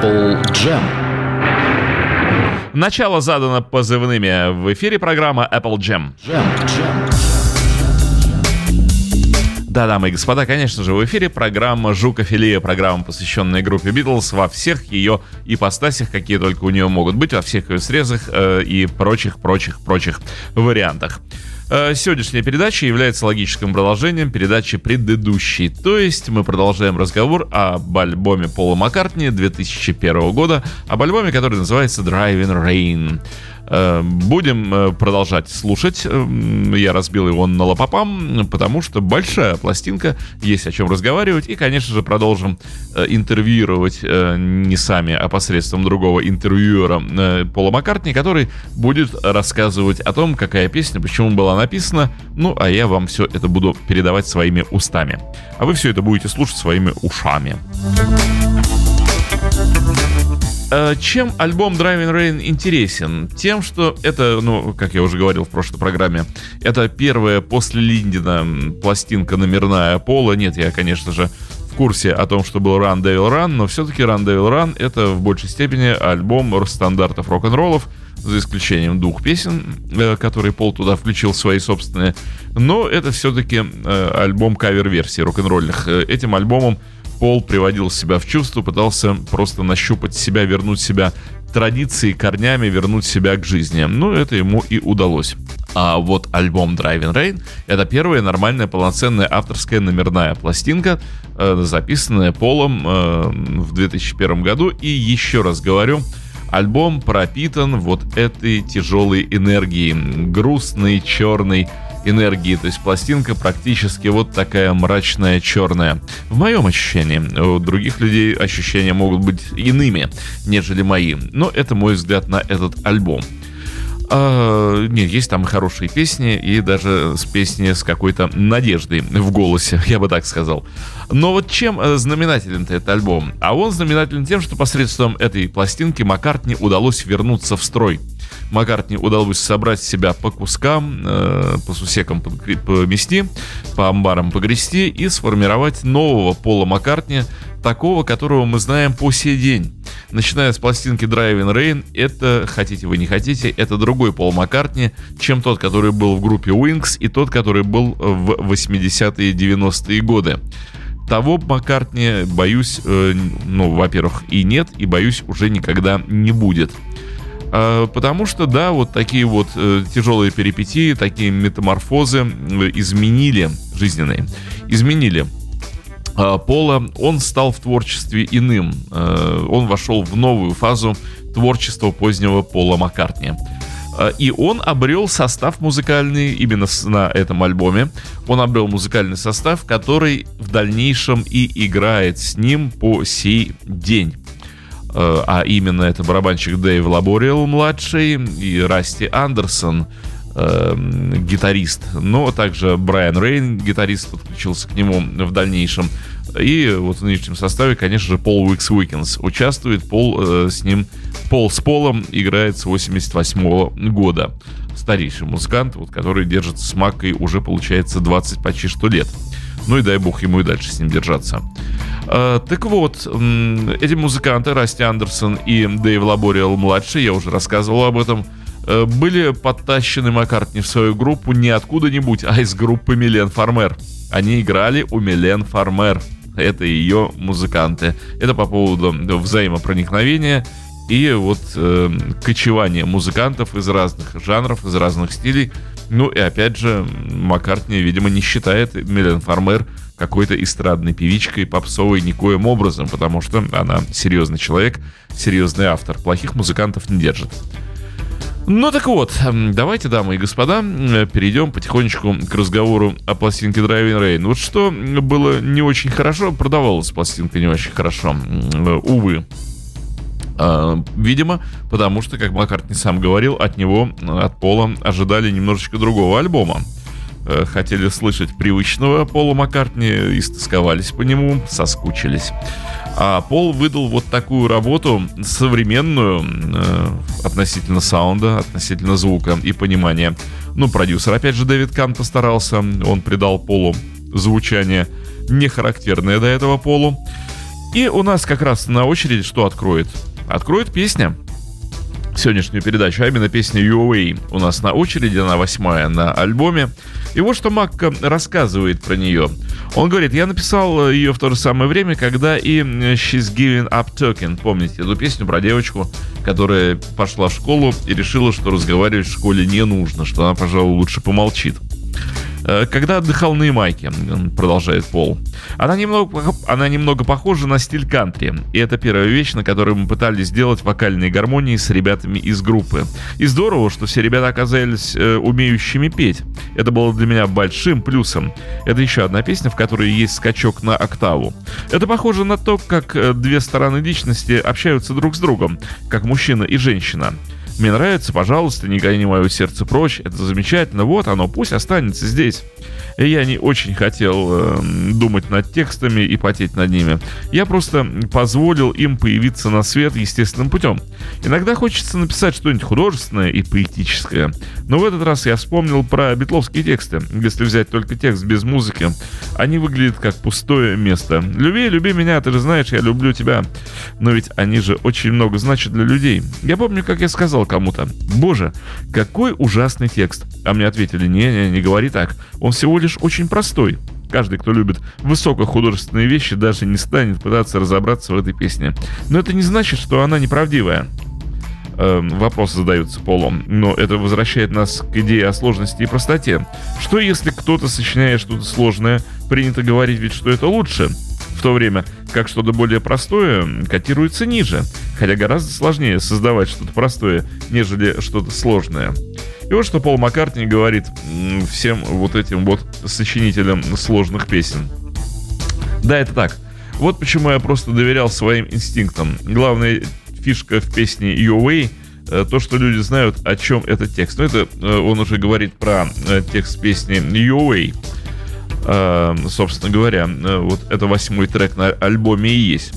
Apple Jam. Начало задано позывными. В эфире программа Apple Jam. Да, дамы и господа, конечно же, в эфире программа «Жукофилия», программа, посвященная группе Beatles во всех ее ипостасях, какие только у нее могут быть, во всех ее срезах и прочих вариантах. Сегодняшняя передача является логическим продолжением передачи предыдущей. То есть мы продолжаем разговор об альбоме Пола Маккартни 2001 года, об альбоме, который называется «Driving Rain». Будем продолжать слушать. Я разбил его напополам, потому что большая пластинка, есть о чем разговаривать. И, конечно же, продолжим интервьюировать не сами, а посредством другого интервьюера Пола Маккартни, который будет рассказывать о том, какая песня, почему была написана. Ну, а я вам все это буду передавать своими устами. А вы все это будете слушать своими ушами. Чем альбом Driving Rain интересен? Тем, что это, как я уже говорил в прошлой программе, это первая после Линдина пластинка номерная Пола. Нет, я, конечно же, в курсе о том, что был Run Devil Run, но все-таки Run Devil Run — это в большей степени альбом стандартов рок-н-роллов, за исключением двух песен, которые Пол туда включил свои собственные. Но это все-таки альбом кавер-версий рок-н-ролльных. Этим альбомом Пол приводил себя в чувство, пытался просто нащупать себя, вернуть себя традиции, корнями, вернуть себя к жизни. Ну, это ему и удалось. А вот альбом Driving Rain — это первая нормальная, полноценная авторская номерная пластинка, записанная Полом в 2001 году. И еще раз говорю, альбом пропитан вот этой тяжелой энергией, грустной, черной энергии. То есть пластинка практически вот такая мрачная, черная. В моем ощущении. У других людей ощущения могут быть иными, нежели мои. Но это мой взгляд на этот альбом. Нет, есть там хорошие песни, и даже песни с какой-то надеждой в голосе, я бы так сказал. Но вот чем знаменателен-то этот альбом? А он знаменателен тем, что посредством этой пластинки Маккартни удалось вернуться в строй. Маккартни удалось собрать себя по кускам, по сусекам помести, по амбарам погрести и сформировать нового Пола Маккартни, такого, которого мы знаем по сей день. Начиная с пластинки Driving Rain, это, хотите вы не хотите, это другой Пол Маккартни, чем тот, который был в группе Wings, и тот, который был в 80-е и 90-е годы. Того Маккартни, боюсь, во-первых, и нет, и, боюсь, уже никогда не будет. Потому что, да, вот такие вот тяжелые перипетии, такие метаморфозы изменили Пола. Он стал в творчестве иным. Он вошел в новую фазу творчества позднего Пола Маккартни. И он обрел состав музыкальный именно на этом альбоме. Он обрел музыкальный состав, который в дальнейшем и играет с ним по сей день. А именно это барабанщик Дэйв Лабориэл-младший и Расти Андерсон, гитарист. Но также Брайан Рейн, гитарист, подключился к нему в дальнейшем. И вот в нынешнем составе, конечно же, Пол Уикс-Уикенс участвует. Пол с Полом играет с 88 года. Старейший музыкант, который держится с Маккой уже, получается, 20 почти что лет. Ну и дай бог ему и дальше с ним держаться. Так вот, эти музыканты, Расти Андерсон и Дэйв Лабориэл-младший, я уже рассказывал об этом, были подтащены Маккартни в свою группу не откуда-нибудь, а из группы Милен Фармер. Они играли у Милен Фармер. Это ее музыканты. Это по поводу взаимопроникновения и вот кочевания музыкантов из разных жанров, из разных стилей. Ну и опять же, Маккартни, видимо, не считает Милен Фармер какой-то эстрадной певичкой, попсовой никоим образом, потому что она серьезный человек, серьезный автор. Плохих музыкантов не держит. Ну так вот, давайте, дамы и господа, перейдем потихонечку к разговору о пластинке Driving Rain. Вот что было не очень хорошо, продавалась пластинка не очень хорошо, увы. Видимо, потому что, как Маккартни сам говорил, от него, от Пола, ожидали немножечко другого альбома. Хотели слышать привычного Пола Маккартни, истосковались по нему, соскучились. А Пол выдал вот такую работу современную относительно саунда, относительно звука и понимания. Ну, продюсер, опять же, Дэвид Кан постарался. Он придал Полу звучание, не характерное до этого Полу. И у нас как раз на очереди что откроет? Откроет песня сегодняшнюю передачу, а именно песня Your Way у нас на очереди, она 8-я на альбоме. И вот что Макка рассказывает про нее. Он говорит: я написал ее в то же самое время, когда и She's Giving Up Talking. Помните эту песню про девочку, которая пошла в школу и решила, что разговаривать в школе не нужно, что она, пожалуй, лучше помолчит. Когда отдыхал на Ямайке, продолжает Пол, она немного похожа на стиль кантри. И это первая вещь, на которой мы пытались сделать вокальные гармонии с ребятами из группы. И здорово, что все ребята оказались умеющими петь. Это было для меня большим плюсом. Это еще одна песня, в которой есть скачок на октаву. Это похоже на то, как две стороны личности общаются друг с другом, как мужчина и женщина. Мне нравится, пожалуйста, не гони мое сердце прочь. Это замечательно, вот оно, пусть останется здесь. И я не очень хотел думать над текстами и потеть над ними. Я просто позволил им появиться на свет естественным путем. Иногда хочется написать что-нибудь художественное и поэтическое. Но в этот раз я вспомнил про битловские тексты. Если взять только текст без музыки, они выглядят как пустое место. Люби, люби меня, ты же знаешь, я люблю тебя. Но ведь они же очень много значат для людей. Я помню, как я сказал кому-то: боже, какой ужасный текст. А мне ответили: не говори так, он всего лишь очень простой. Каждый, кто любит высокохудожественные вещи, даже не станет пытаться разобраться в этой песне. Но это не значит, что она неправдивая. Вопросы задаются Полом, но это возвращает нас к идее о сложности и простоте. Что если кто-то, сочиняя что-то сложное, принято говорить ведь, что это лучше, в то время как что-то более простое котируется ниже, хотя гораздо сложнее создавать что-то простое, нежели что-то сложное. И вот что Пол Маккартни говорит всем вот этим вот сочинителям сложных песен. Да, это так. Вот почему я просто доверял своим инстинктам. Главная фишка в песне Your Way — то, что люди знают, о чем этот текст. Но это он уже говорит про текст песни Your Way. Собственно говоря, вот это 8-й трек на альбоме и есть.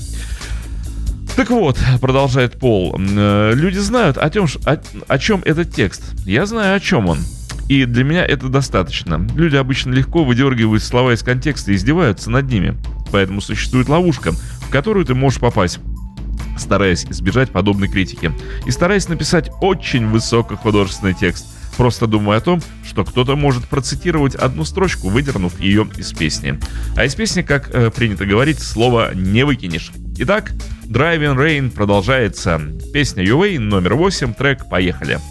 Так вот, продолжает Пол, люди знают, о чем этот текст. Я знаю, о чем он. И для меня это достаточно. Люди обычно легко выдергивают слова из контекста и издеваются над ними. Поэтому существует ловушка, в которую ты можешь попасть, стараясь избежать подобной критики. И стараясь написать очень высокохудожественный текст, просто думая о том, что кто-то может процитировать одну строчку, выдернув ее из песни. А из песни, как принято говорить, слова не выкинешь. Итак, Driving Rain продолжается. Песня Your Way, номер 8, трек «Поехали».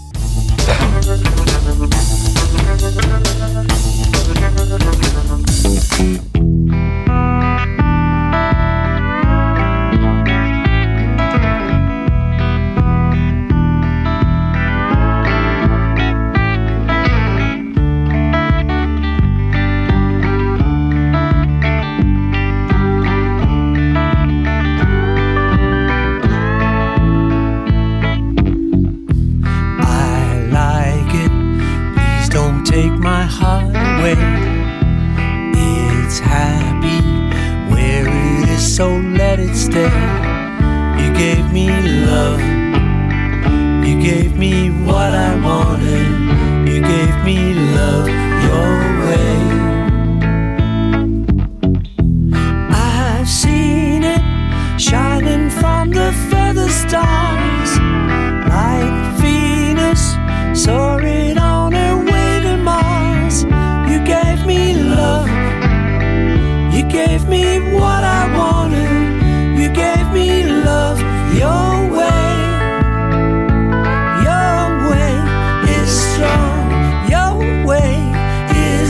So let it stay. You gave me love. You gave me what I wanted. You gave me love your way. I've seen it shining from the further stars, like Venus soaring on her way to Mars. You gave me love. You gave me what I wanted. You gave me love your way. Your way is strong. Your way is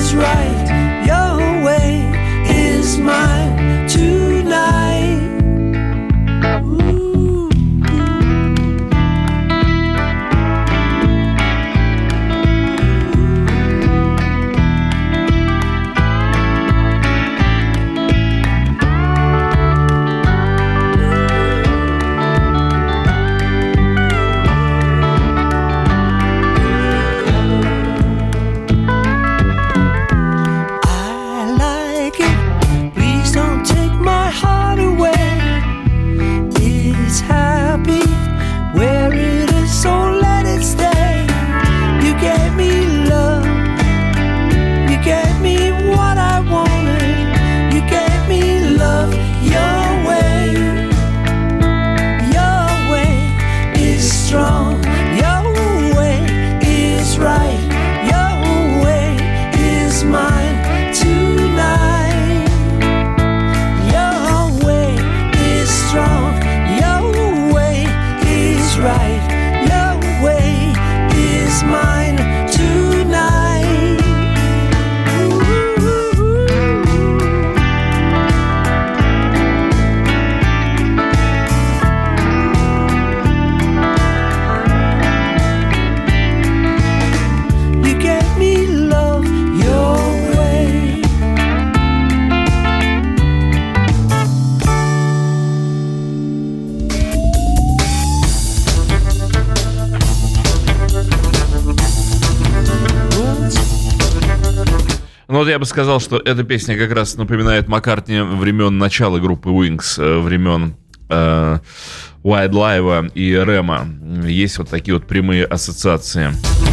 вот я бы сказал, что эта песня как раз напоминает Маккартни времен начала группы Wings, времен White Live и Рема. Есть вот такие вот прямые ассоциации.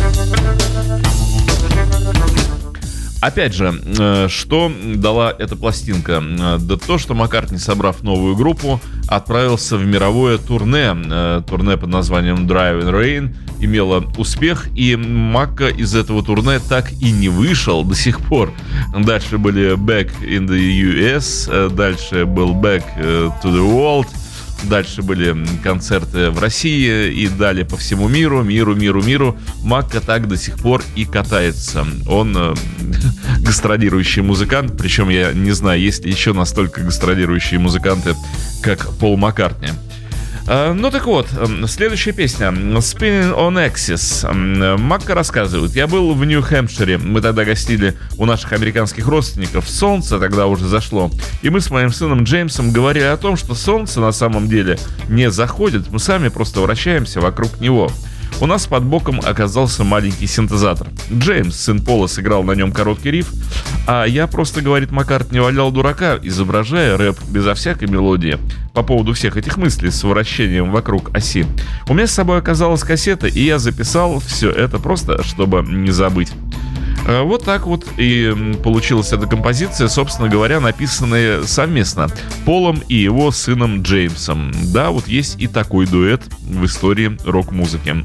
Опять же, что дала эта пластинка? Да то, что Маккартни, собрав новую группу, отправился в мировое турне. Турне под названием Driving Rain имело успех, и Макка из этого турне так и не вышел до сих пор. Дальше были Back in the US, дальше был Back to the World, дальше были концерты в России и далее по всему миру. Макка так до сих пор и катается. Он гастролирующий музыкант, причем я не знаю, есть ли еще настолько гастролирующие музыканты, как Пол Маккартни. Ну так вот, следующая песня Spinning on Axis. Макка рассказывает: я был в Нью-Хэмпшире. Мы тогда гостили у наших американских родственников. Солнце тогда уже зашло. И мы с моим сыном Джеймсом говорили о том, что солнце на самом деле не заходит. Мы сами просто вращаемся вокруг него. У нас под боком оказался маленький синтезатор. Джеймс, сын Пола, сыграл на нем короткий риф, а я просто, говорит Маккартни, валял дурака, изображая рэп безо всякой мелодии по поводу всех этих мыслей с вращением вокруг оси. У меня с собой оказалась кассета, и я записал все это просто, чтобы не забыть. Вот так вот и получилась эта композиция, собственно говоря, написанная совместно Полом и его сыном Джеймсом. Да, вот есть и такой дуэт в истории рок-музыки.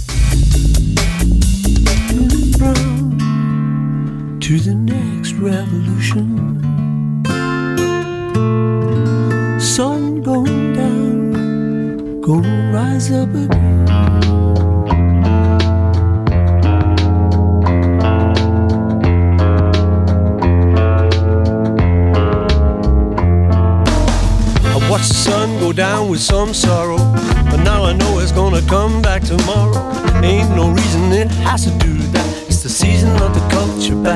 To the next revolution. Sun going down, gonna rise up again. Watch the sun go down with some sorrow, but now I know it's gonna come back tomorrow. Ain't no reason it has to do that. It's the season of the culture back.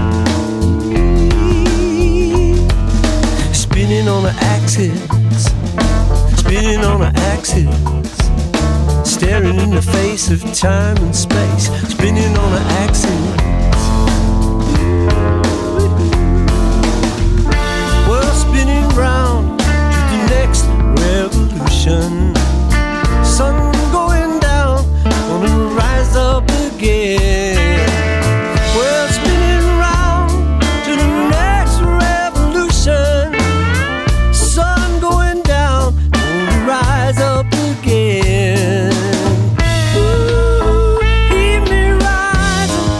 Spinning on the axis, spinning on the axis, staring in the face of time and space. Spinning on the axis. Well, spinning round next revolution. Sun going down, gonna rise up again. Well, spinning round to the next revolution. Sun going down, gonna rise up again. Ooh, keep me rising,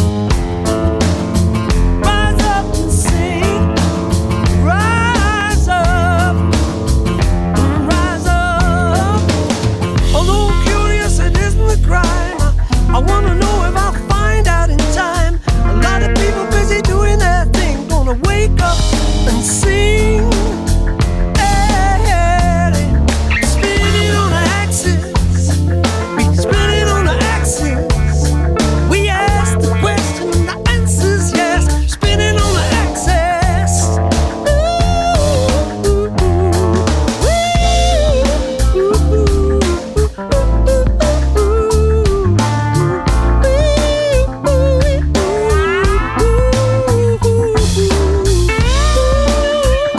rise up and sing, rise up. I wanna know if I'll find out in time. A lot of people busy doing their thing, gonna wake up and sing. Hey, hey, hey. Spinning on the axis, spinning on the axis. We ask the question, the answer's yes. Spinning on the axis. Ooh, ooh, ooh, ooh, ooh, ooh.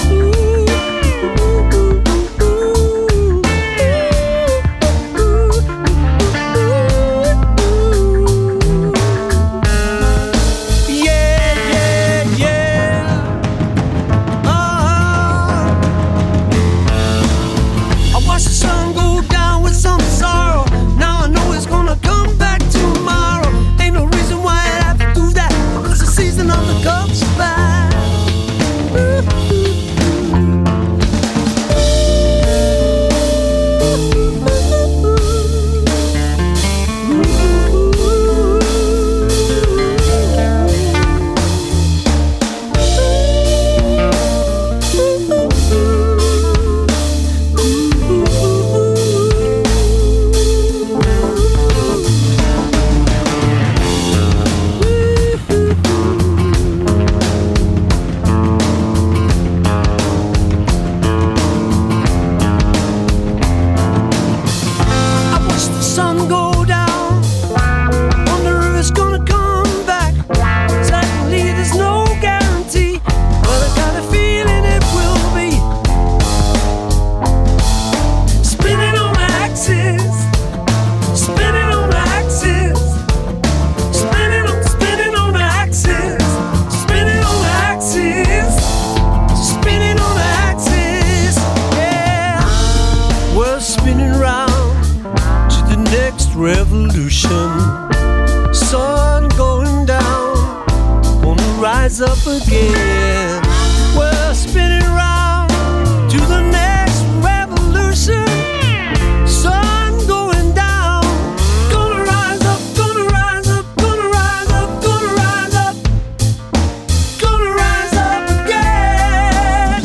again. We're spinning round to the next revolution. Sun going down, gonna rise up, gonna rise up, gonna rise up, gonna rise up, gonna rise up again.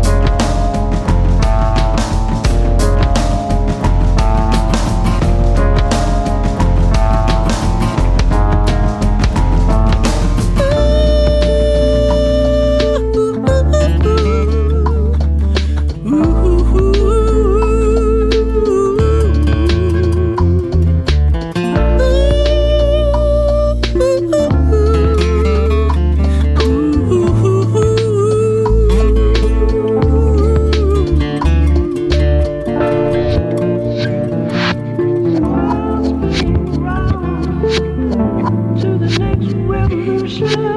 To the next revolution.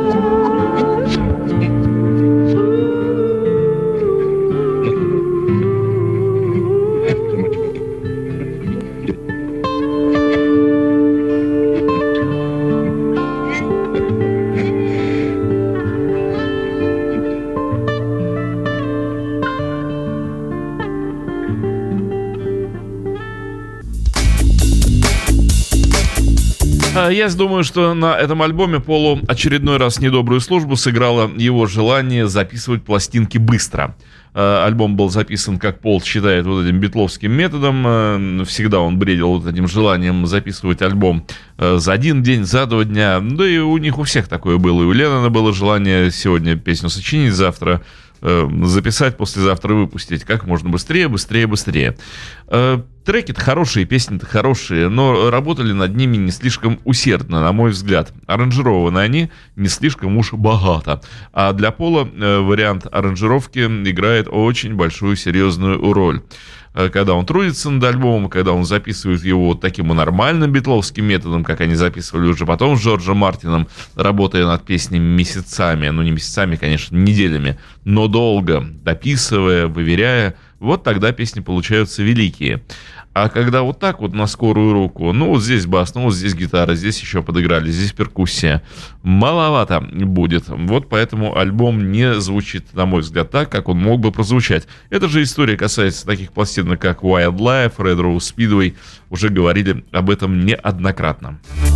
Я думаю, что на этом альбоме Полу очередной раз недобрую службу сыграло его желание записывать пластинки быстро. Альбом был записан, как Пол считает, вот этим битловским методом. Всегда он бредил вот этим желанием записывать альбом за один день, за 2 дня. Да и у них у всех такое было. И у Леннона было желание сегодня песню сочинить, завтра записать, послезавтра выпустить. Как можно быстрее, быстрее, быстрее. Треки-то хорошие, песни-то хорошие, но работали над ними не слишком усердно, на мой взгляд. Аранжированы они не слишком уж богато. А для Пола вариант аранжировки играет очень большую серьезную роль. Когда он трудится над альбомом, когда он записывает его вот таким нормальным битловским методом, как они записывали уже потом с Джорджем Мартином, работая над песнями месяцами, ну не месяцами, конечно, неделями, но долго, дописывая, выверяя, вот тогда песни получаются великие. А когда вот так вот на скорую руку, ну вот здесь бас, ну вот здесь гитара, здесь еще подыграли, здесь перкуссия, маловато будет. Вот поэтому альбом не звучит, на мой взгляд, так, как он мог бы прозвучать. Эта же история касается таких пластинок, как Wildlife, Red Rose Speedway. Уже говорили об этом неоднократно.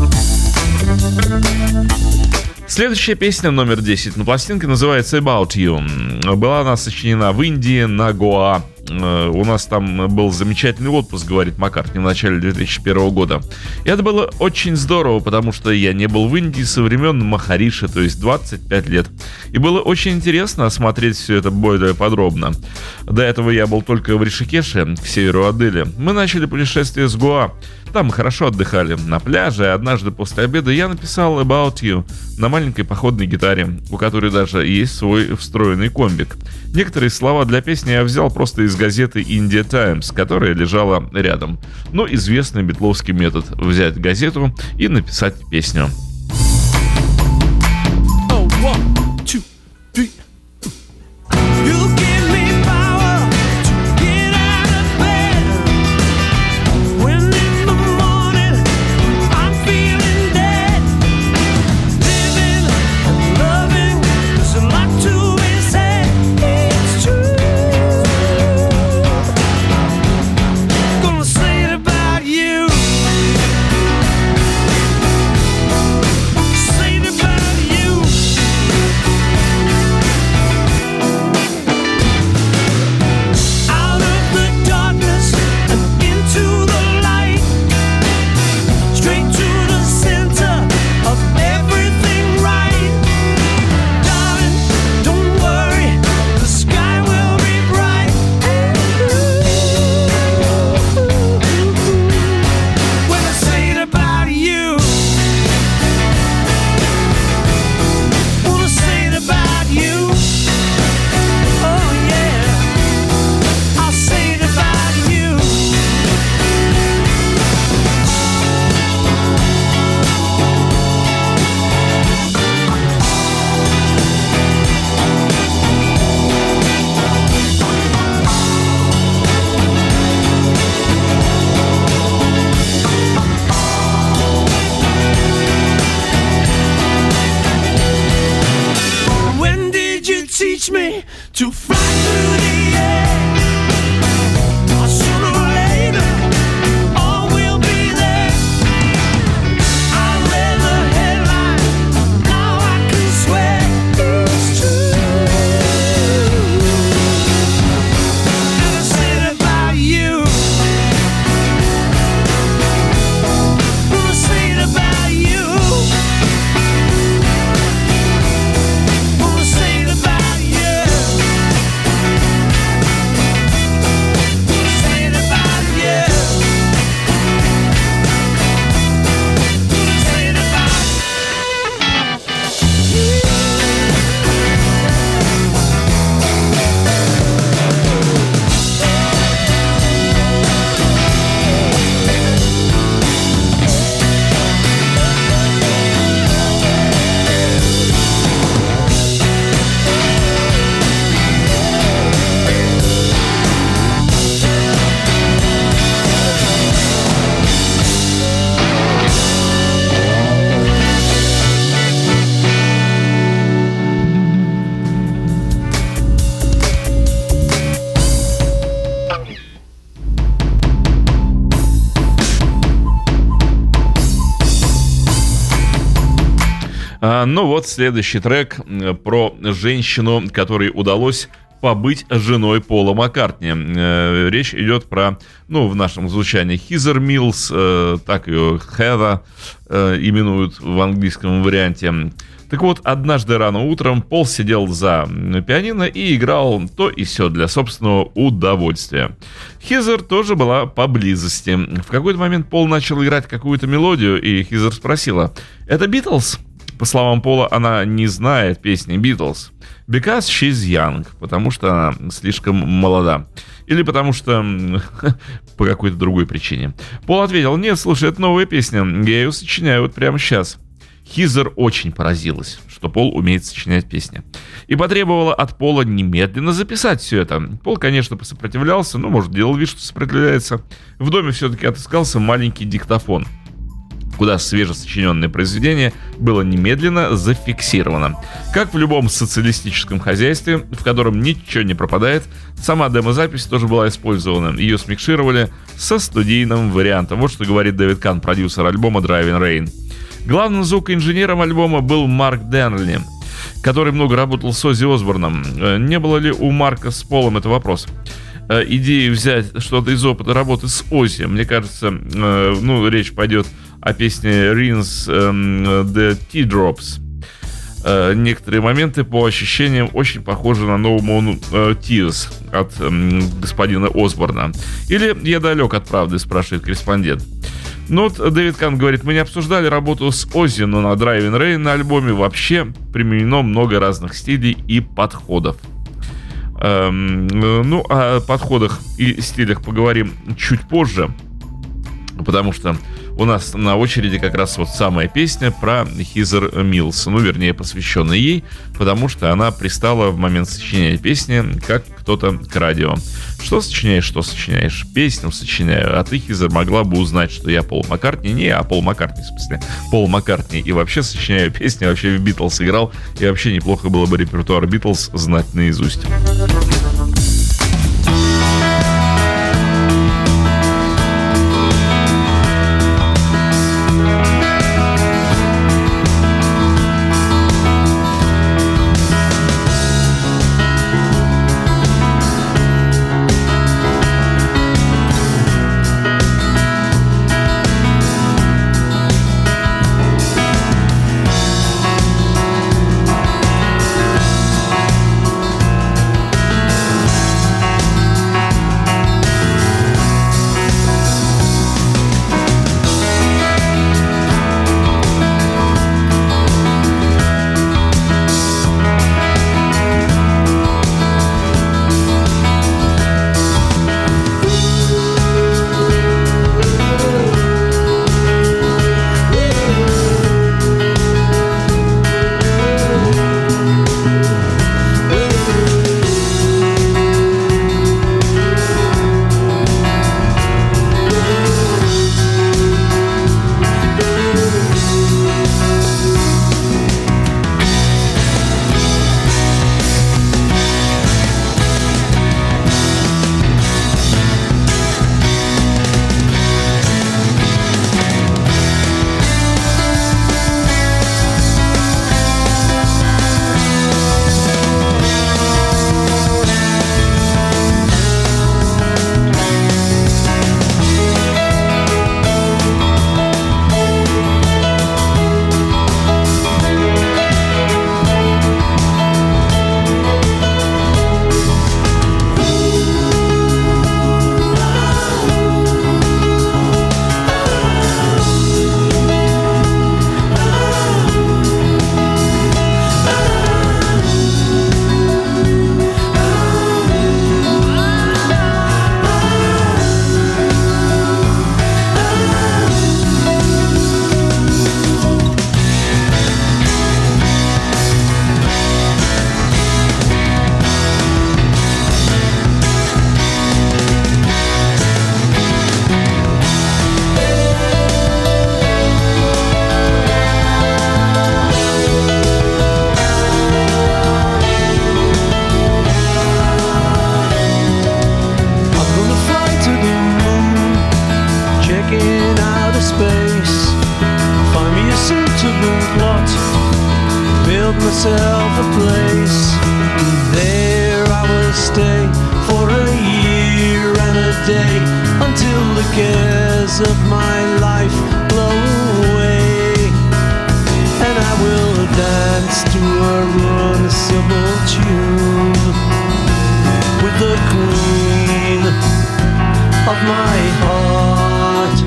Следующая песня, номер 10 на пластинке, называется About You. Была она сочинена в Индии, на Гоа. У нас там был замечательный отпуск, говорит Маккартни, в начале 2001 года. И это было очень здорово, потому что я не был в Индии со времен Махариши, то есть 25 лет. И было очень интересно осмотреть все это более подробно. До этого я был только в Ришикеше, к северу от Дели. Мы начали путешествие с Гоа. Там мы хорошо отдыхали на пляже, и однажды после обеда я написал About You на маленькой походной гитаре, у которой даже есть свой встроенный комбик. Некоторые слова для песни я взял просто из газеты India Times, которая лежала рядом. Но известный битловский метод — взять газету и написать песню. Gonna say it about you. ready to fly through the air. Sooner or later, all will be there. I read the headline, now I can swear it's true. And I said about you, I said about you, I said about you, I said about you, I said about Ну вот следующий трек про женщину, которой удалось побыть женой Пола Маккартни. Речь идет про, в нашем звучании Хизер Миллс, так ее Heather именуют в английском варианте. Так вот, однажды рано утром Пол сидел за пианино и играл то и сё для собственного удовольствия. Хизер тоже была поблизости. В какой-то момент Пол начал играть какую-то мелодию, и Хизер спросила: «Это Битлз?» По словам Пола, она не знает песни Битлз. Because she's young, потому что она слишком молода. Или потому что по какой-то другой причине. Пол ответил: «Нет, слушай, это новая песня, я ее сочиняю вот прямо сейчас». Хизер очень поразилась, что Пол умеет сочинять песни, и потребовала от Пола немедленно записать все это. Пол, конечно, посопротивлялся, может, делал вид, что сопротивляется. В доме все-таки отыскался маленький диктофон, куда свежесочиненное произведение было немедленно зафиксировано. Как в любом социалистическом хозяйстве, в котором ничего не пропадает, сама демозапись тоже была использована. Ее смикшировали со студийным вариантом. Вот что говорит Дэвид Кан, продюсер альбома Driving Rain. Главным звукоинженером альбома был Марк Денли, который много работал с Оззи Осборном. Не было ли у Марка с Полом, это вопрос, идеи взять что-то из опыта работы с Оззи? Мне кажется, речь пойдет о песне Rings the Teardrops. Некоторые моменты по ощущениям очень похожи на No More Tears от господина Осборна. Или я далек от правды, спрашивает корреспондент. Дэвид Кан говорит: мы не обсуждали работу с Оззи, но на Driving Rain на альбоме вообще применено много разных стилей и подходов. О подходах и стилях поговорим чуть позже, потому что у нас на очереди как раз вот самая песня про Хизер Миллс, вернее, посвященная ей, потому что она пристала в момент сочинения песни, как кто-то к радио. Что сочиняешь? Песню сочиняю. А ты, Хизер, могла бы узнать, что я Пол Маккартни. Не я, а Пол Маккартни, в смысле. Пол Маккартни. И вообще сочиняю песни, вообще в Битлз играл. И вообще неплохо было бы репертуар Битлз знать наизусть. myself a place. There I will stay for a year and a day, until the cares of my life blow away. And I will dance to a runnable tune with the queen of my heart.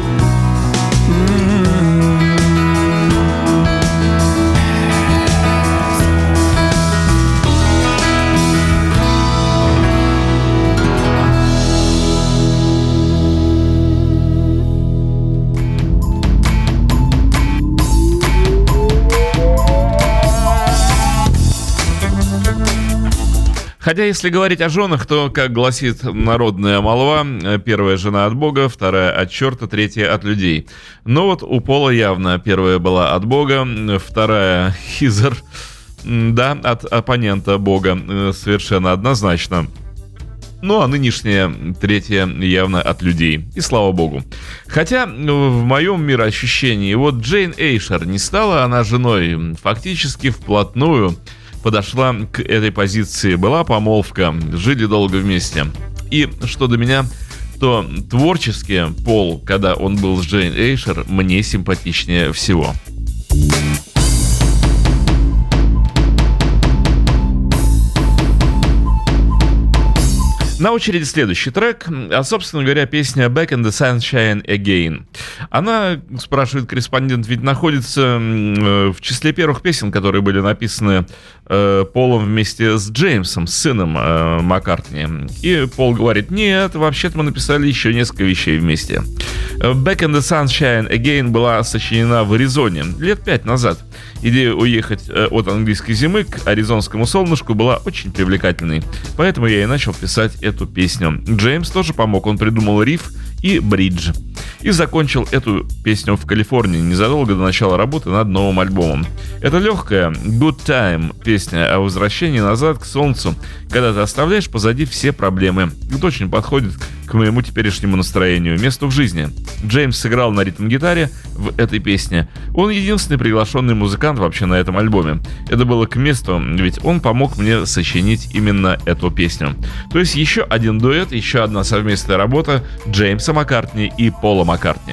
Хотя, если говорить о женах, то, как гласит народная молва, первая жена от Бога, вторая от черта, третья от людей. Но вот у Пола явно первая была от Бога, вторая хизер, да, от оппонента Бога, совершенно однозначно. Ну, а нынешняя третья явно от людей. И слава богу. Хотя в моем мироощущении вот Джейн Эйшер, не стала она женой, фактически вплотную подошла к этой позиции. Была помолвка, жили долго вместе. И что до меня, то творчески Пол, когда он был с Джейн Эйшер, мне симпатичнее всего. На очереди следующий трек, а, собственно говоря, песня «Back in the Sunshine Again». Она, спрашивает корреспондент, ведь находится в числе первых песен, которые были написаны Полом вместе с Джеймсом, с сыном Маккартни. И Пол говорит: нет, вообще-то мы написали еще несколько вещей вместе. «Back in the Sunshine Again» была сочинена в Аризоне лет 5 назад. Идея уехать от английской зимы к аризонскому солнышку была очень привлекательной, поэтому я и начал писать эту песню. Джеймс тоже помог, он придумал риф и бридж. И закончил эту песню в Калифорнии незадолго до начала работы над новым альбомом. Это легкая «Good Time» песня о возвращении назад к солнцу, когда ты оставляешь позади все проблемы. Это очень подходит к моему теперешнему настроению, месту в жизни. Джеймс сыграл на ритм-гитаре в этой песне. Он единственный приглашенный музыкант вообще на этом альбоме. Это было к месту, ведь он помог мне сочинить именно эту песню. То есть еще один дуэт, еще одна совместная работа Джеймса Маккартни и Пола Маккартни.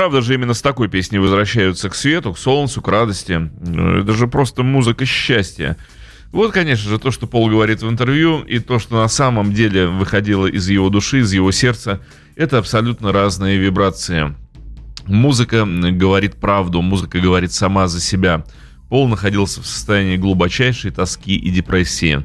правда же именно с такой песней возвращаются к свету, к солнцу, к радости. Это же просто музыка счастья. Вот, конечно же, то, что Пол говорит в интервью, и то, что на самом деле выходило из его души, из его сердца, это абсолютно разные вибрации. Музыка говорит правду, музыка говорит сама за себя. Пол находился в состоянии глубочайшей тоски и депрессии.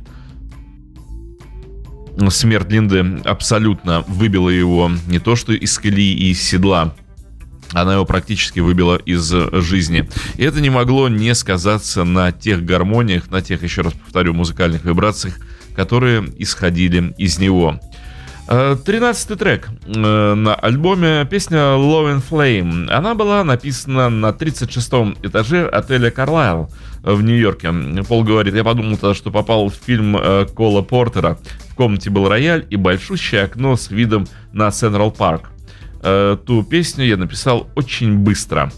Смерть Линды абсолютно выбила его не то что из колеи и из седла, она его практически выбила из жизни. И это не могло не сказаться на тех гармониях, на тех, еще раз повторю, музыкальных вибрациях, которые исходили из него. 13-й трек на альбоме, песня Love and Flame. Она была написана на 36-м этаже отеля Карлайл в Нью-Йорке. Пол говорит: я подумал тогда, что попал в фильм Кола Портера. В комнате был рояль и большущее окно с видом на Централ Парк. Ту песню я написал очень быстро.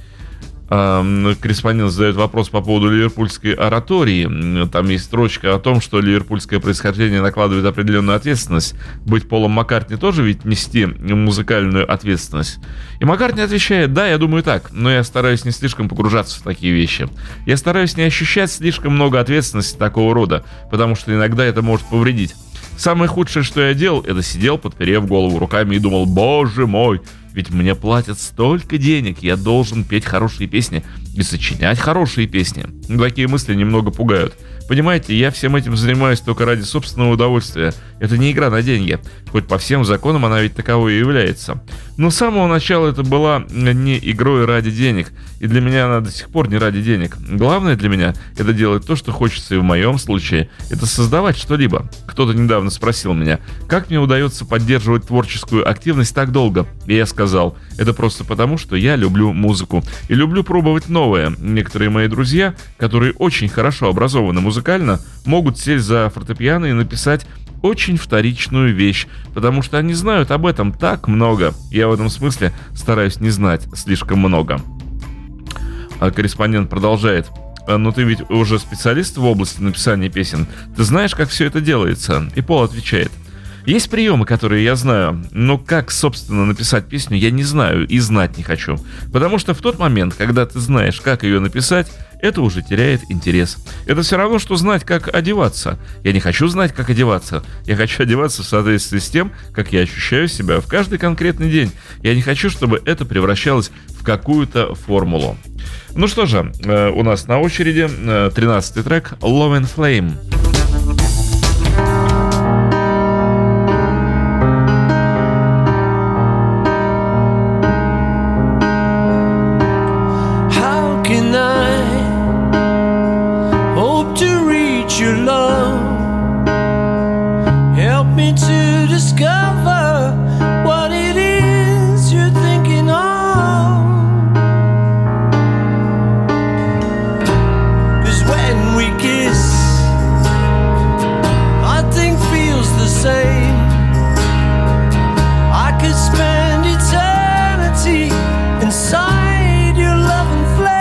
Корреспондент задает вопрос по поводу ливерпульской оратории. Там есть строчка о том, что ливерпульское происхождение накладывает определенную ответственность. Быть Полом Маккартни тоже ведь нести музыкальную ответственность. И Маккартни отвечает: да, я думаю так, но я стараюсь не слишком погружаться в такие вещи. Я стараюсь не ощущать слишком много ответственности такого рода, потому что иногда это может повредить. Самое худшее, что я делал, это сидел, подперев голову руками, и думал: боже мой, ведь мне платят столько денег, я должен петь хорошие песни и сочинять хорошие песни. Такие мысли немного пугают. Понимаете, я всем этим занимаюсь только ради собственного удовольствия. Это не игра на деньги, хоть по всем законам она ведь таковой и является. Но с самого начала это была не игрой ради денег, и для меня она до сих пор не ради денег. Главное для меня — это делать то, что хочется, и в моем случае это создавать что-либо. Кто-то недавно спросил меня, как мне удается поддерживать творческую активность так долго, и я сказал: это просто потому, что я люблю музыку и люблю пробовать новое. Некоторые мои друзья, которые очень хорошо образованы музыкально, могут сесть за фортепиано и написать очень вторичную вещь, потому что они знают об этом так много. Я в этом смысле стараюсь не знать слишком много. А корреспондент продолжает: но ты ведь уже специалист в области написания песен, ты знаешь, как все это делается? И Пол отвечает: есть приемы, которые я знаю, но как, собственно, написать песню, я не знаю и знать не хочу. Потому что в тот момент, когда ты знаешь, как ее написать, это уже теряет интерес. Это все равно, что знать, как одеваться. Я не хочу знать, как одеваться. Я хочу одеваться в соответствии с тем, как я ощущаю себя в каждый конкретный день. Я не хочу, чтобы это превращалось в какую-то формулу. Ну что же, у нас на очереди 13-й трек Love and Flame. Your love, help me to discover what it is you're thinking of. 'Cause when we kiss, nothing feels the same. I could spend eternity inside your loving flame.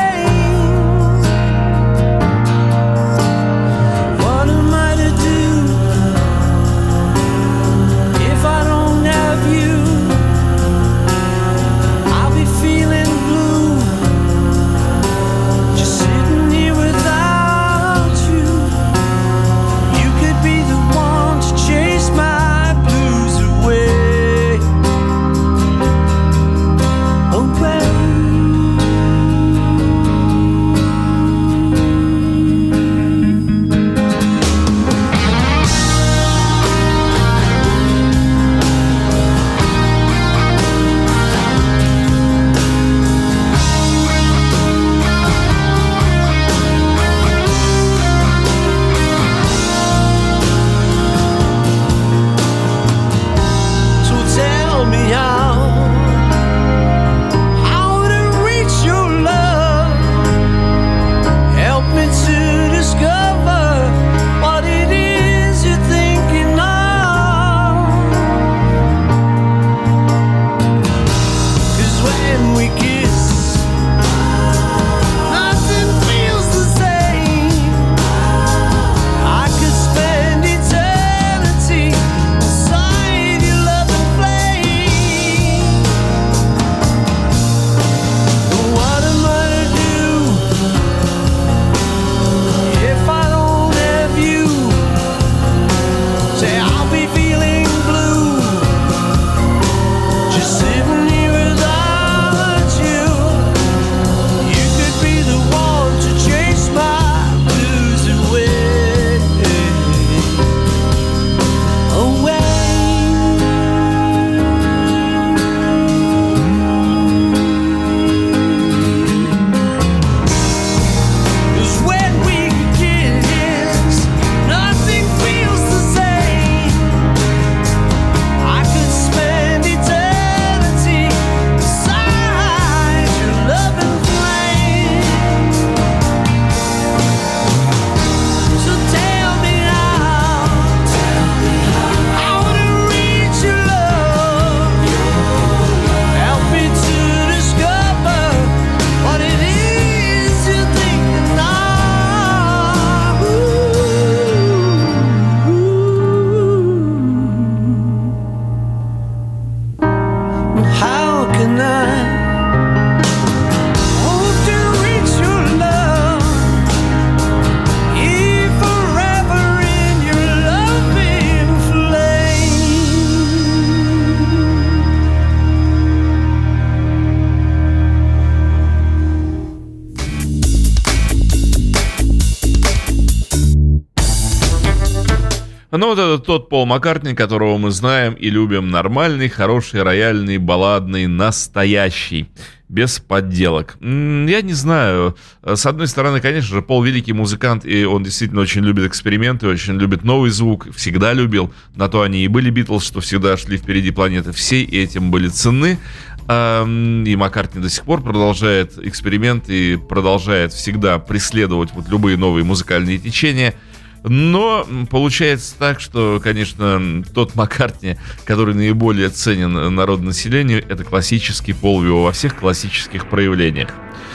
Но вот это тот Пол Маккартни, которого мы знаем и любим. Нормальный, хороший, рояльный, балладный, настоящий. Без подделок. Я не знаю. С одной стороны, конечно же, Пол великий музыкант, и он действительно очень любит эксперименты, очень любит новый звук, всегда любил. На то они и были Битлз, что всегда шли впереди планеты всей, и этим были ценны. И Маккартни до сих пор продолжает эксперименты и продолжает всегда преследовать вот любые новые музыкальные течения. Но получается так, что, конечно, тот Маккартни, который наиболее ценен народному населению, это классический Пол во всех классических проявлениях.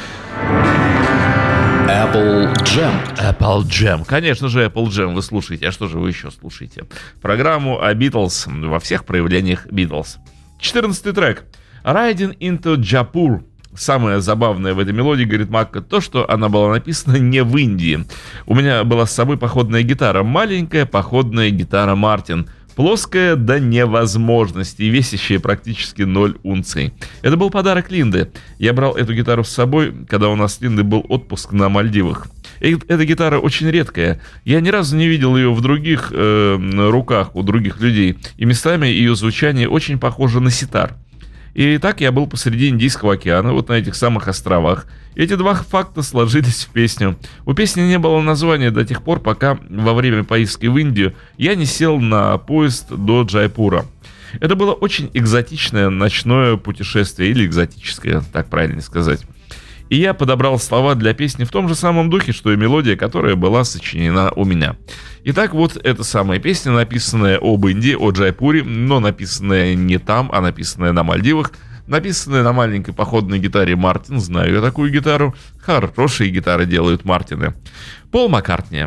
Apple Jam. Apple Jam. Конечно же, Apple Jam вы слушаете. А что же вы еще слушаете? Программу о Битлз во всех проявлениях Битлз. 14-й трек. Riding into Jaipur. Самое забавное в этой мелодии, говорит Макка, то, что она была написана не в Индии. У меня была с собой походная гитара. Маленькая походная гитара Мартин. Плоская до невозможности и весящая практически 0 унций. Это был подарок Линды. Я брал эту гитару с собой, когда у нас с Линдой был отпуск на Мальдивах. Эта гитара очень редкая. Я ни разу не видел ее в других руках у других людей. И местами ее звучание очень похоже на ситар. И так я был посреди Индийского океана, вот на этих самых островах. Эти два факта сложились в песню. У песни не было названия до тех пор, пока во время поездки в Индию я не сел на поезд до Джайпура. Это было очень экзотичное ночное путешествие, или экзотическое, так правильно сказать. И я подобрал слова для песни в том же самом духе, что и мелодия, которая была сочинена у меня. Итак, вот эта самая песня, написанная об Индии, о Джайпуре, но написанная не там, а написанная на Мальдивах, написанная на маленькой походной гитаре Мартин. Знаю я такую гитару. Хорошие гитары делают Мартины. Пол Маккартни.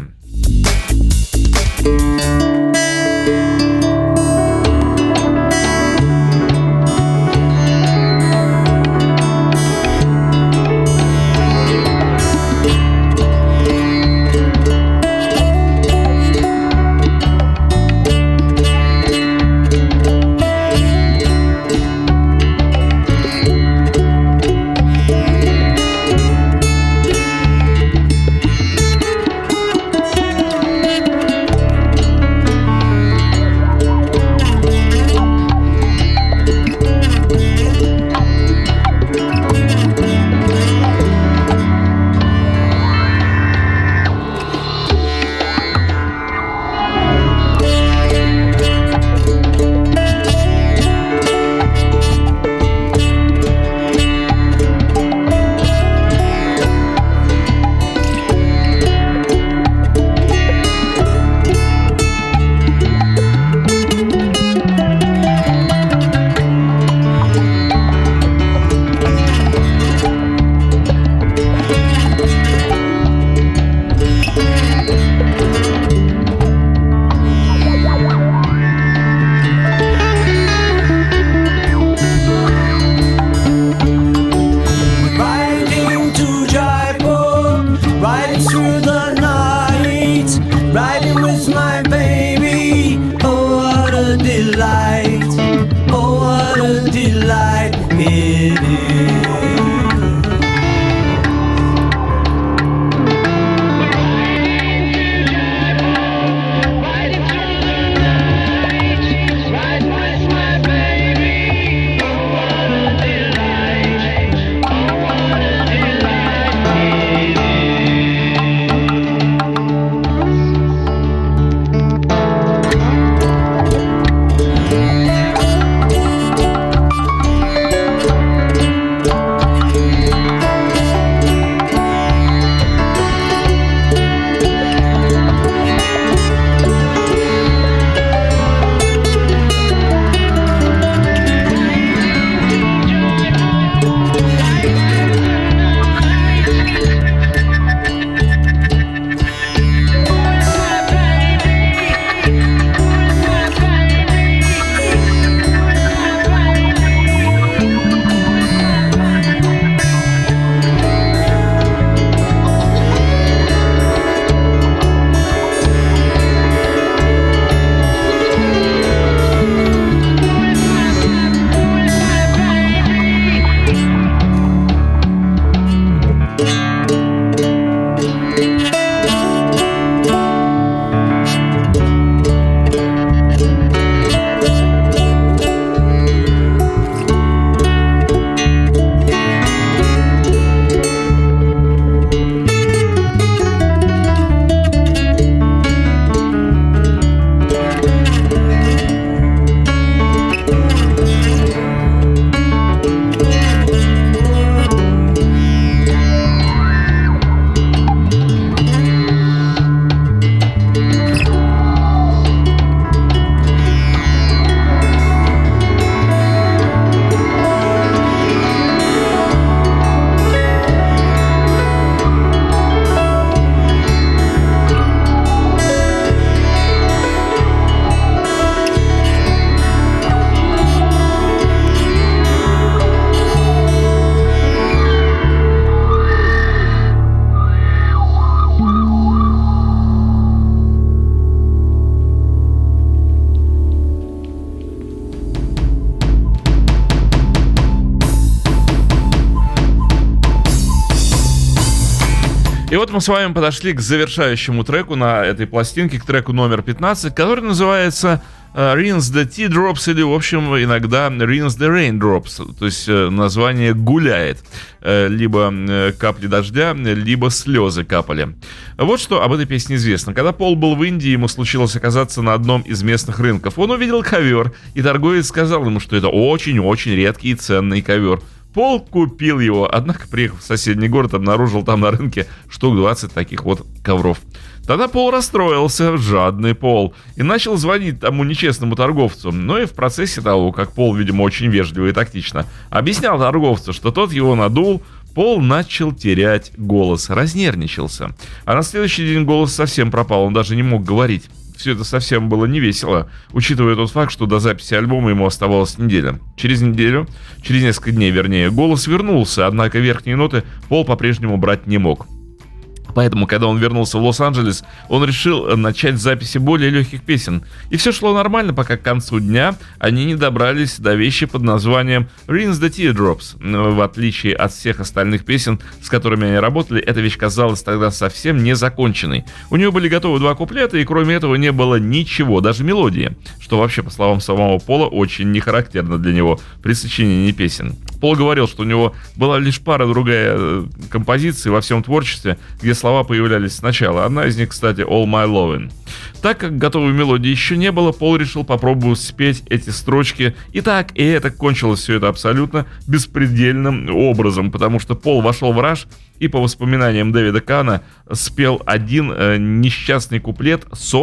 И вот мы с вами подошли к завершающему треку на этой пластинке, к треку номер 15, который называется Rinse the Teardrops, или, в общем, иногда Rinse the Raindrops, то есть название гуляет. Либо капли дождя, либо слезы капали. Вот что об этой песне известно. Когда Пол был в Индии, ему случилось оказаться на одном из местных рынков. Он увидел ковер, и торговец сказал ему, что это очень-очень редкий и ценный ковер. Пол купил его, однако, приехав в соседний город, обнаружил там на рынке штук 20 таких вот ковров. Тогда Пол расстроился, жадный Пол, и начал звонить тому нечестному торговцу. Но и в процессе того, как Пол, видимо, очень вежливо и тактично объяснял торговцу, что тот его надул, Пол начал терять голос, разнервничался. А на следующий день голос совсем пропал, он даже не мог говорить. Все это совсем было не весело, учитывая тот факт, что до записи альбома ему оставалась неделя. Через несколько дней, голос вернулся, однако верхние ноты Пол по-прежнему брать не мог. Поэтому, когда он вернулся в Лос-Анджелес, он решил начать записи более легких песен. И все шло нормально, пока к концу дня они не добрались до вещи под названием Rinse the Teardrops. В отличие от всех остальных песен, с которыми они работали, эта вещь казалась тогда совсем не законченной. У нее были готовы 2 куплета, и кроме этого не было ничего, даже мелодии. Что вообще, по словам самого Пола, очень не характерно для него при сочинении песен. Пол говорил, что у него была лишь пара-другая композиций во всем творчестве, где слова появлялись сначала. Одна из них, кстати, All My Lovin'. Так как готовой мелодии еще не было, Пол решил попробовать спеть эти строчки. И так, и это кончилось все это абсолютно беспредельным образом, потому что Пол вошел в раж и, по воспоминаниям Дэвида Кана, спел один несчастный куплет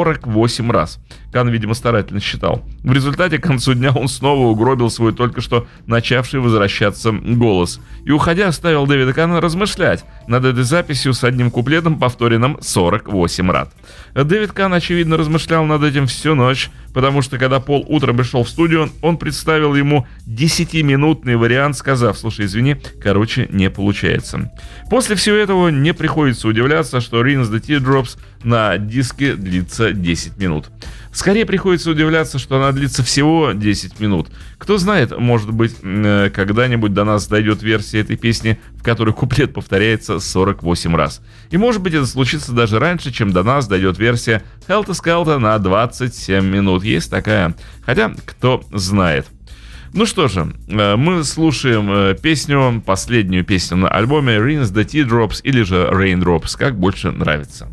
48 раз. Кан, видимо, старательно считал. В результате, к концу дня он снова угробил свой только что начавший возвращаться голос. И, уходя, оставил Дэвида Кана размышлять над этой записью с одним куплетом, повторенным 48 раз. Дэвид Кан, очевидно, размышлял над этим всю ночь, потому что, когда Пол утром пришел в студию, он представил ему 10-минутный вариант, сказав: «Слушай, извини, не получается». После всего этого не приходится удивляться, что Rinse the Teardrops на диске длится 10 минут. Скорее приходится удивляться, что она длится всего 10 минут. Кто знает, может быть, когда-нибудь до нас дойдет версия этой песни, в которой куплет повторяется 48 раз. И может быть, это случится даже раньше, чем до нас дойдет версия Helter Skelter на 27 минут. Есть такая. Хотя, кто знает. Ну что же, мы слушаем песню, последнюю песню на альбоме Rinse the Teardrops или же Raindrops, как больше нравится.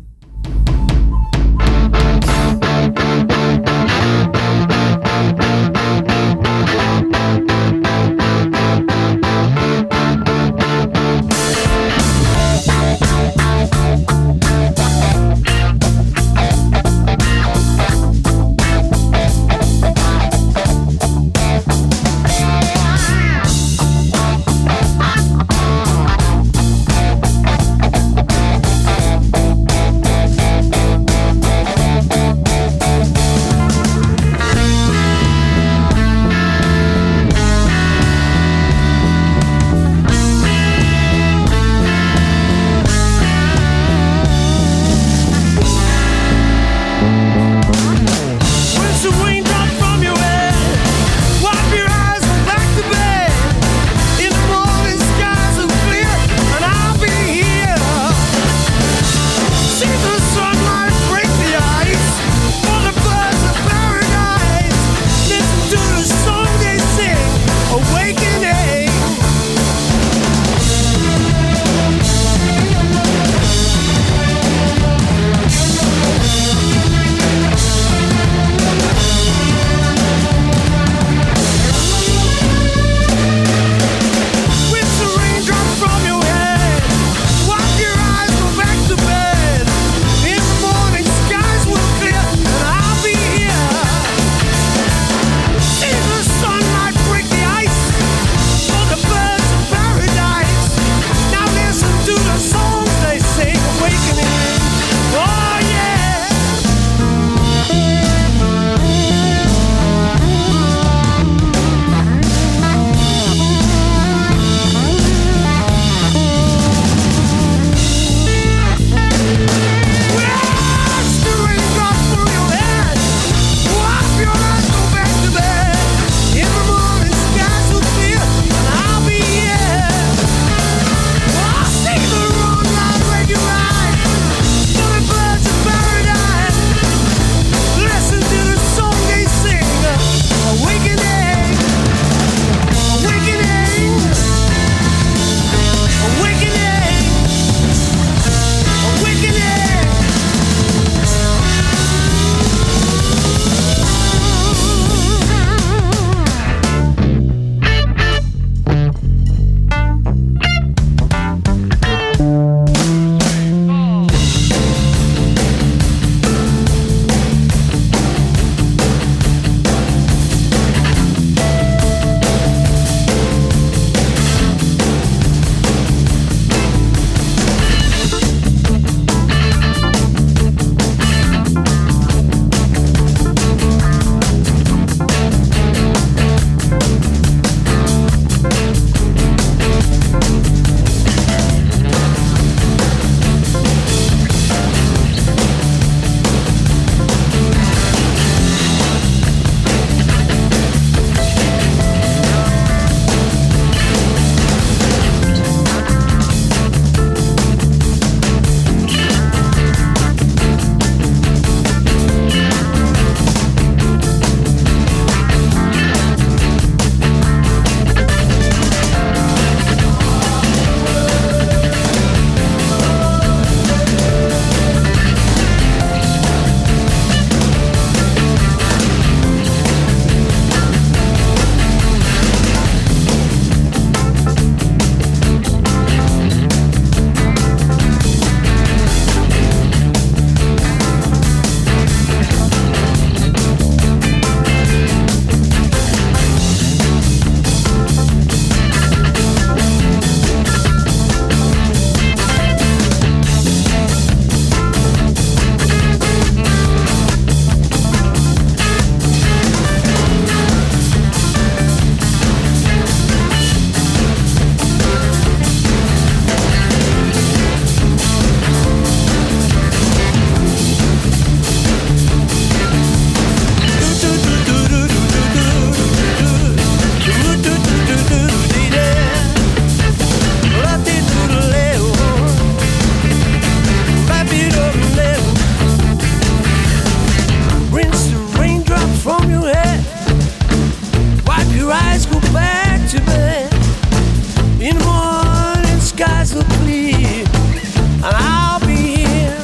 skies will clear, and I'll be here.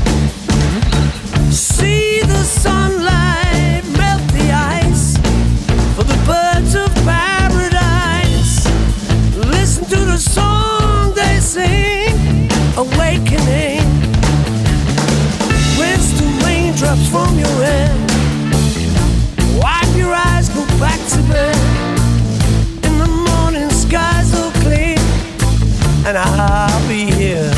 See the sunlight melt the ice for the birds of paradise. Listen to the song they sing, awakening. Rinse the raindrops from your head. Wipe your eyes, go back to bed. In the morning, skies will clear, and I'll be here.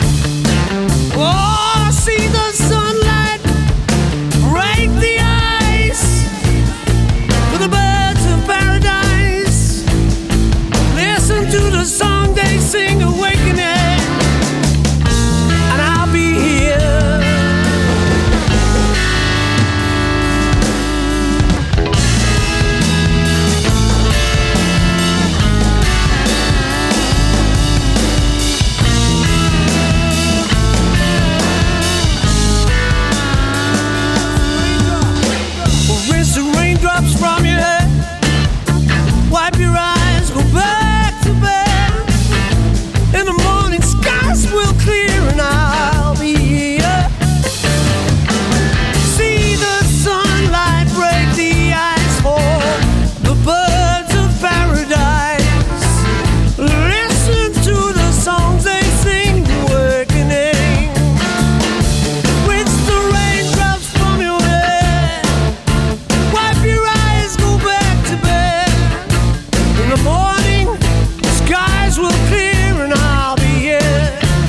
Oh, see the sunlight break the ice for the birds of paradise. Listen to the song they sing, awakening, and I'll be here. Drops from your head. Wipe your eyes, go back to bed. In the morning, skies will clear, and I'll be here. See the sunlight break the ice for the birds of paradise. Listen to the songs they sing, awakening. Rinse the raindrops from your head. Wipe your eyes, go back to bed. In the morning, skies will clear, and I'll be here.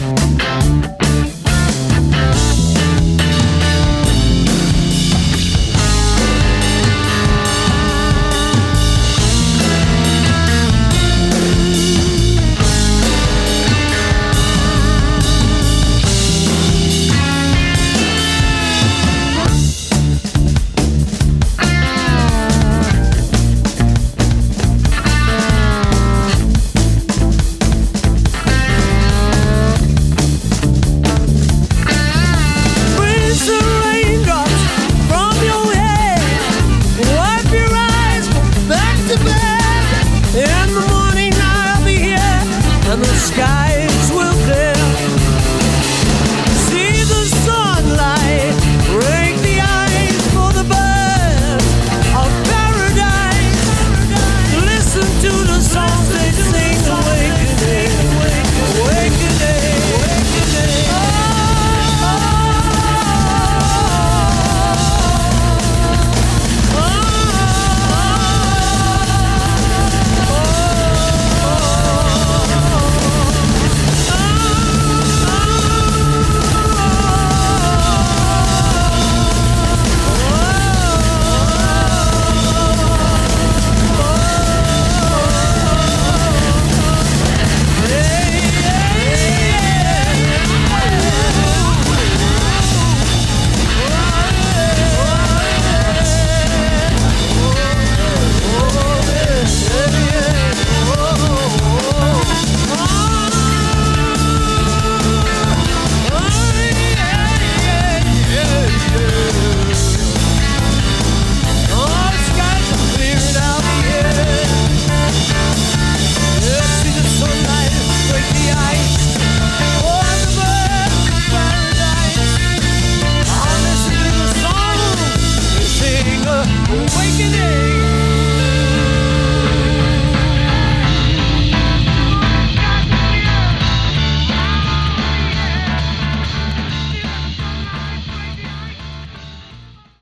Rinse the raindrops from your head. Wipe your eyes, go back to bed. In the morning, I'll be here, and the skies will